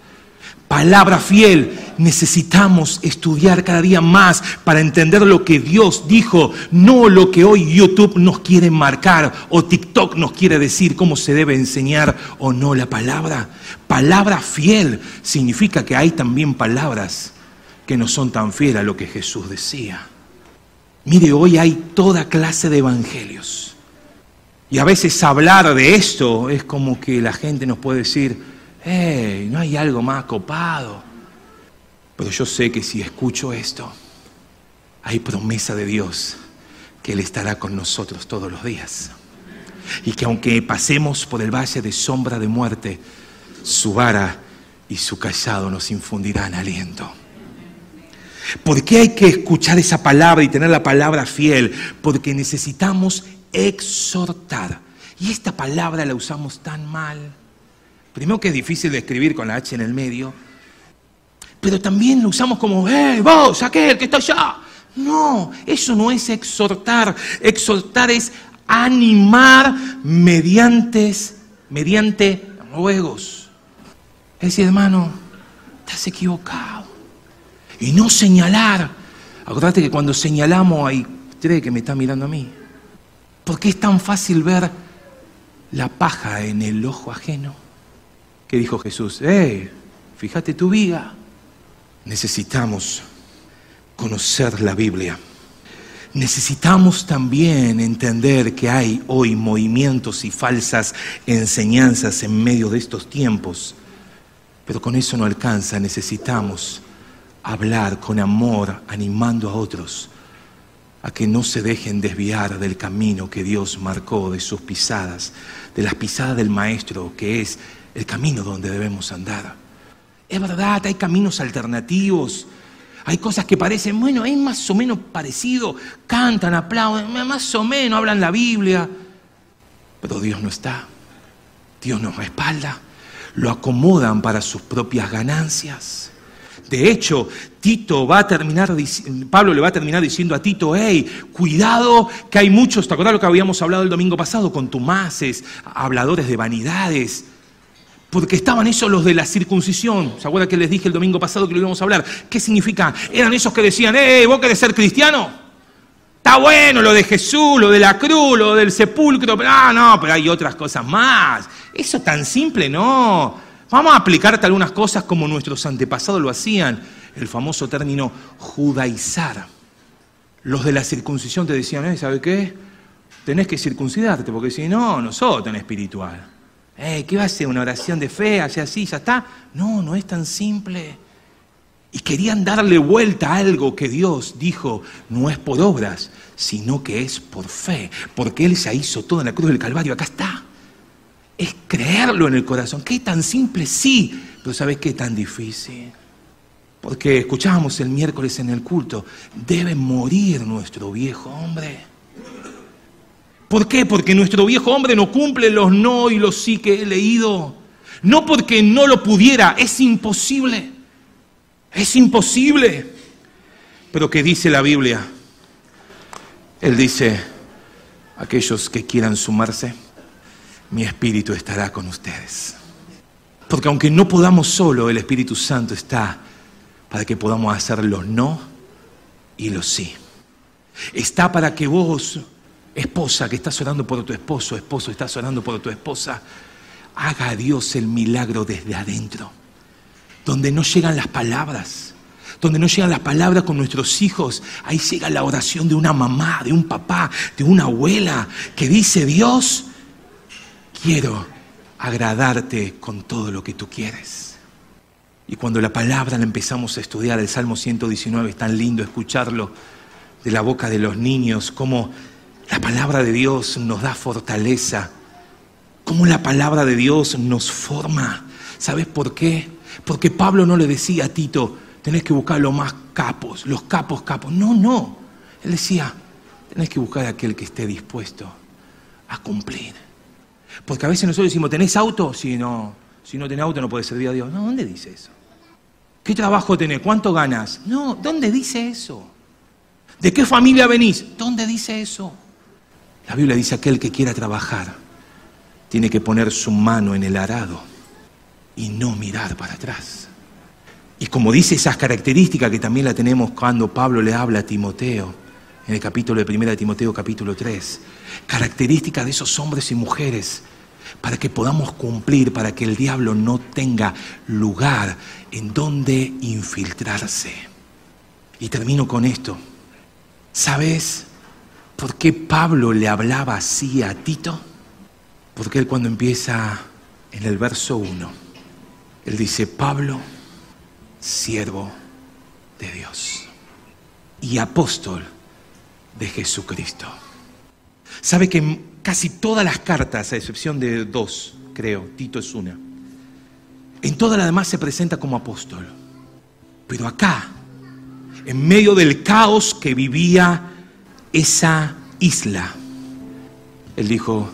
Palabra fiel, necesitamos estudiar cada día más para entender lo que Dios dijo, no lo que hoy YouTube nos quiere marcar o TikTok nos quiere decir cómo se debe enseñar o no la palabra. Palabra fiel significa que hay también palabras que no son tan fieles a lo que Jesús decía. Mire, hoy hay toda clase de evangelios. Y a veces hablar de esto es como que la gente nos puede decir: hey, ¿no hay algo más copado? Pero yo sé que si escucho esto, hay promesa de Dios que Él estará con nosotros todos los días. Y que aunque pasemos por el valle de sombra de muerte, su vara y su cayado nos infundirán aliento. ¿Por qué hay que escuchar esa palabra y tener la palabra fiel? Porque necesitamos exhortar. Y esta palabra la usamos tan mal. Primero que es difícil de escribir con la H en el medio, pero también lo usamos como: ¡hey, vos, aquel que está allá! No, eso no es exhortar. Exhortar es animar mediante, mediante ruegos. Es decir, hermano, estás equivocado. Y no señalar. Acordate que cuando señalamos hay tres que me están mirando a mí. Porque es tan fácil ver la paja en el ojo ajeno. ¿Qué dijo Jesús? ¡Eh! Fíjate tu viga. Necesitamos conocer la Biblia. Necesitamos también entender que hay hoy movimientos y falsas enseñanzas en medio de estos tiempos. Pero con eso no alcanza. Necesitamos hablar con amor, animando a otros a que no se dejen desviar del camino que Dios marcó, de sus pisadas, de las pisadas del Maestro, que es el camino donde debemos andar. Es verdad, hay caminos alternativos, hay cosas que parecen, bueno, es más o menos parecido, cantan, aplauden, más o menos hablan la Biblia, pero Dios no está, Dios nos respalda, lo acomodan para sus propias ganancias. De hecho, Tito va a terminar, Pablo le va a terminar diciendo a Tito: hey, cuidado que hay muchos, ¿te acordás lo que habíamos hablado el domingo pasado? Contumaces, habladores de vanidades. Porque estaban esos los de la circuncisión. ¿Se acuerdan que les dije el domingo pasado que lo íbamos a hablar? ¿Qué significa? Eran esos que decían: hey, ¿vos querés ser cristiano? Está bueno lo de Jesús, lo de la cruz, lo del sepulcro, pero ah, no, pero hay otras cosas más. Eso tan simple, no. Vamos a aplicarte algunas cosas como nuestros antepasados lo hacían. El famoso término judaizar. Los de la circuncisión te decían: ¿eh? ¿Sabe qué? Tenés que circuncidarte, porque si no, no sos tan espiritual. ¿Eh? ¿Qué va a hacer? ¿Una oración de fe? ¿Hacia así? ¿Ya está? No, no es tan simple. Y querían darle vuelta a algo que Dios dijo: no es por obras, sino que es por fe. Porque Él ya hizo todo en la cruz del Calvario. Acá está. Es creerlo en el corazón. ¿Qué tan simple? Sí, pero ¿sabes qué tan difícil? Porque escuchábamos el miércoles en el culto, debe morir nuestro viejo hombre. ¿Por qué? Porque nuestro viejo hombre no cumple los no y los sí que he leído. No porque no lo pudiera, es imposible. Es imposible. Pero ¿qué dice la Biblia? Él dice: aquellos que quieran sumarse, mi Espíritu estará con ustedes. Porque aunque no podamos solo, el Espíritu Santo está para que podamos hacer los no y los sí. Está para que vos, esposa, que estás orando por tu esposo, esposo, estás orando por tu esposa, haga a Dios el milagro desde adentro, donde no llegan las palabras, donde no llegan las palabras con nuestros hijos. Ahí llega la oración de una mamá, de un papá, de una abuela, que dice: Dios, quiero agradarte con todo lo que tú quieres. Y cuando la palabra la empezamos a estudiar, el Salmo ciento diecinueve, es tan lindo escucharlo de la boca de los niños, cómo la palabra de Dios nos da fortaleza, cómo la palabra de Dios nos forma. ¿Sabes por qué? Porque Pablo no le decía a Tito: tenés que buscar los más capos, los capos capos. No, no. Él decía: tenés que buscar a aquel que esté dispuesto a cumplir. Porque a veces nosotros decimos: ¿tenés auto? Si no, si no tenés auto no podés servir a Dios. No, ¿dónde dice eso? ¿Qué trabajo tenés? ¿Cuánto ganas? No, ¿dónde dice eso? ¿De qué familia venís? ¿Dónde dice eso? La Biblia dice: aquel que quiera trabajar tiene que poner su mano en el arado y no mirar para atrás. Y como dice esas características que también la tenemos cuando Pablo le habla a Timoteo, en el capítulo de primera de Timoteo, capítulo tres, características de esos hombres y mujeres para que podamos cumplir, para que el diablo no tenga lugar en donde infiltrarse. Y termino con esto. ¿Sabes por qué Pablo le hablaba así a Tito? Porque él, cuando empieza en el verso uno, él dice: Pablo, siervo de Dios y apóstol de Jesucristo. ¿Sabe que en casi todas las cartas, a excepción de dos, creo, Tito es una, en todas las demás se presenta como apóstol? Pero acá, en medio del caos que vivía esa isla, él dijo: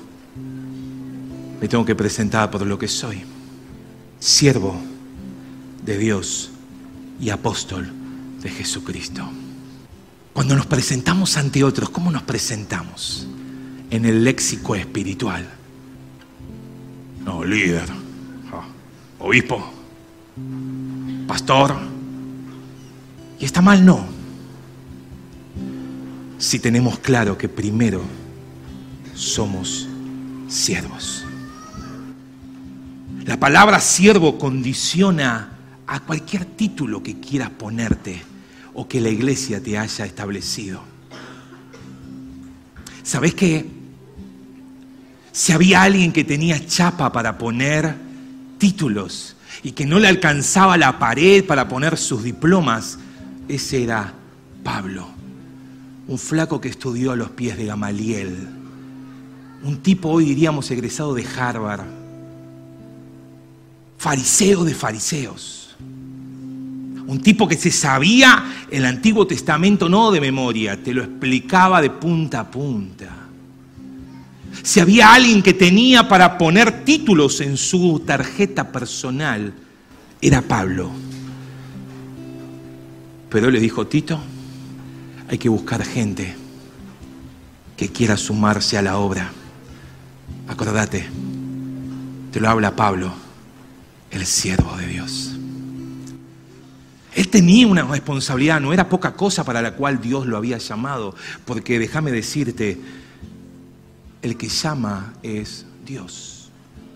me tengo que presentar por lo que soy, siervo de Dios y apóstol de Jesucristo. Cuando nos presentamos ante otros, ¿cómo nos presentamos? En el léxico espiritual. No, líder, obispo, pastor. Y está mal, no. Si tenemos claro que primero somos siervos. La palabra siervo condiciona a cualquier título que quieras ponerte o que la iglesia te haya establecido. ¿Sabés qué? Si había alguien que tenía chapa para poner títulos y que no le alcanzaba la pared para poner sus diplomas, ese era Pablo, un flaco que estudió a los pies de Gamaliel, un tipo, hoy diríamos, egresado de Harvard, fariseo de fariseos, un tipo que se sabía el Antiguo Testamento no de memoria, te lo explicaba de punta a punta. Si había alguien que tenía para poner títulos en su tarjeta personal, era Pablo. Pero él le dijo: Tito, hay que buscar gente que quiera sumarse a la obra. Acordate, te lo habla Pablo, el siervo de Dios. Él tenía una responsabilidad, no era poca cosa para la cual Dios lo había llamado, porque déjame decirte, el que llama es Dios.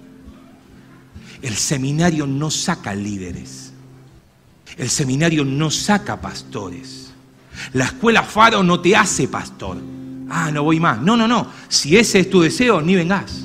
El seminario no saca líderes. El seminario no saca pastores. La escuela Faro no te hace pastor. Ah, no voy más. No, no, no. Si ese es tu deseo, ni vengas.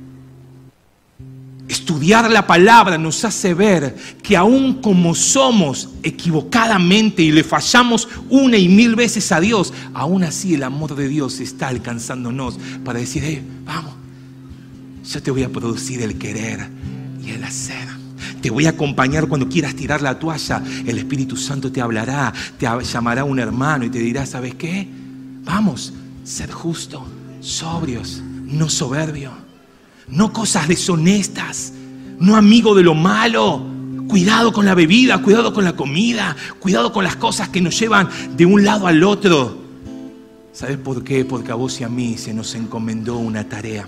Estudiar la palabra nos hace ver que aun como somos equivocadamente y le fallamos una y mil veces a Dios, aún así el amor de Dios está alcanzándonos para decir: hey, vamos, yo te voy a producir el querer y el hacer. Te voy a acompañar cuando quieras tirar la toalla. El Espíritu Santo te hablará, te llamará un hermano y te dirá: ¿sabes qué? Vamos, ser justo, sobrios, no soberbio. No cosas deshonestas, no amigo de lo malo. Cuidado con la bebida, cuidado con la comida, cuidado con las cosas que nos llevan de un lado al otro. ¿Sabes por qué? Porque a vos y a mí se nos encomendó una tarea.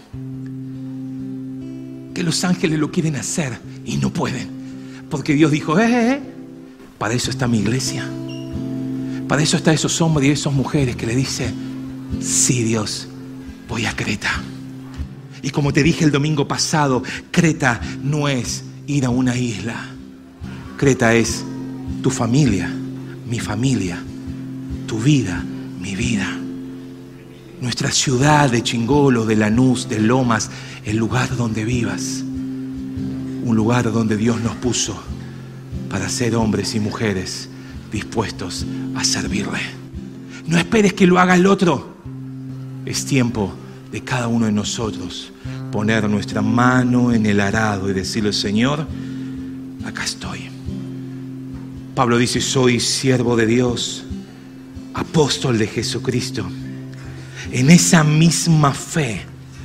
Que los ángeles lo quieren hacer y no pueden. Porque Dios dijo, eh, eh, eh, para eso está mi iglesia. Para eso están esos hombres y esas mujeres que le dicen, sí Dios, voy a Creta. Y como te dije el domingo pasado, Creta no es ir a una isla. Creta es tu familia, mi familia, tu vida, mi vida. Nuestra ciudad de Chingolo, de Lanús, de Lomas, el lugar donde vivas. Un lugar donde Dios nos puso para ser hombres y mujeres dispuestos a servirle. No esperes que lo haga el otro. Es tiempo de cada uno de nosotros poner nuestra mano en el arado y decirle, Señor, acá estoy. Pablo dice, soy siervo de Dios, apóstol de Jesucristo. En esa misma fe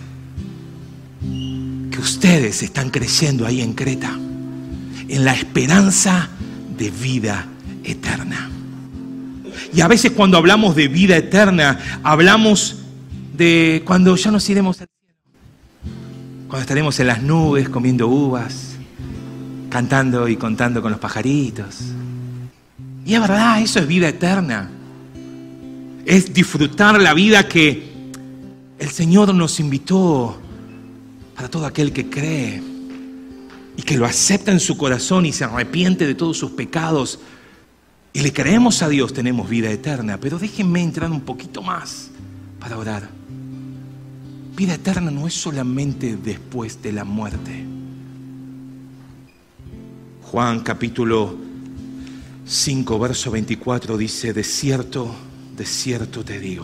que ustedes están creciendo ahí en Creta, en la esperanza de vida eterna. Y a veces cuando hablamos de vida eterna, hablamos de cuando ya nos iremos al cielo, cuando estaremos en las nubes comiendo uvas, cantando y contando con los pajaritos. Y es verdad, eso es vida eterna. Es disfrutar la vida que el Señor nos invitó para todo aquel que cree y que lo acepta en su corazón y se arrepiente de todos sus pecados y le creemos a Dios, tenemos vida eterna. Pero déjenme entrar un poquito más para orar. Vida eterna no es solamente después de la muerte. Juan capítulo cinco, verso veinticuatro dice, de cierto, de cierto te digo,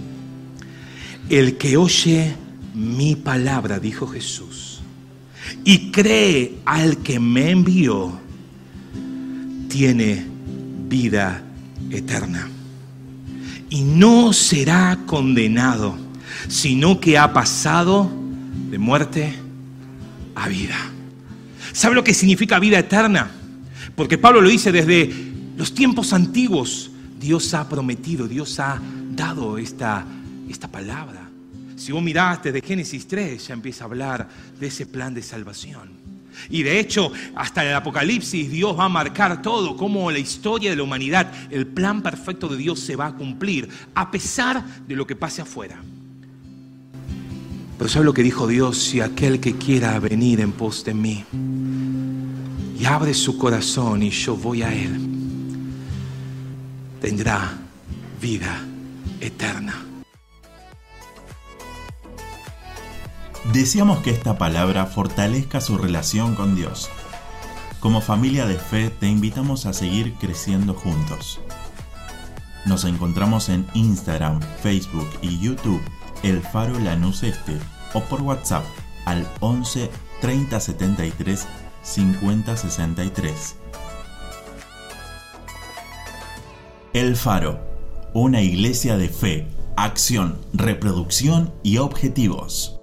el que oye mi palabra, dijo Jesús, y cree al que me envió, tiene vida eterna y no será condenado, sino que ha pasado de muerte a vida. ¿Sabe lo que significa vida eterna? Porque Pablo lo dice desde los tiempos antiguos. Dios ha prometido, Dios ha dado esta, esta palabra. Si vos miraste de Génesis tres, ya empieza a hablar de ese plan de salvación. Y de hecho, hasta el Apocalipsis, Dios va a marcar todo, cómo la historia de la humanidad, el plan perfecto de Dios se va a cumplir, a pesar de lo que pase afuera. Pero ¿sabe lo que dijo Dios? Si aquel que quiera venir en pos de mí y abre su corazón y yo voy a él, tendrá vida eterna. Deseamos que esta palabra fortalezca su relación con Dios. Como familia de fe te invitamos a seguir creciendo juntos. Nos encontramos en Instagram, Facebook y YouTube, El Faro Lanús Este, o por WhatsApp al once treinta setenta y tres cincuenta sesenta y tres. El Faro, una iglesia de fe, acción, reproducción y objetivos.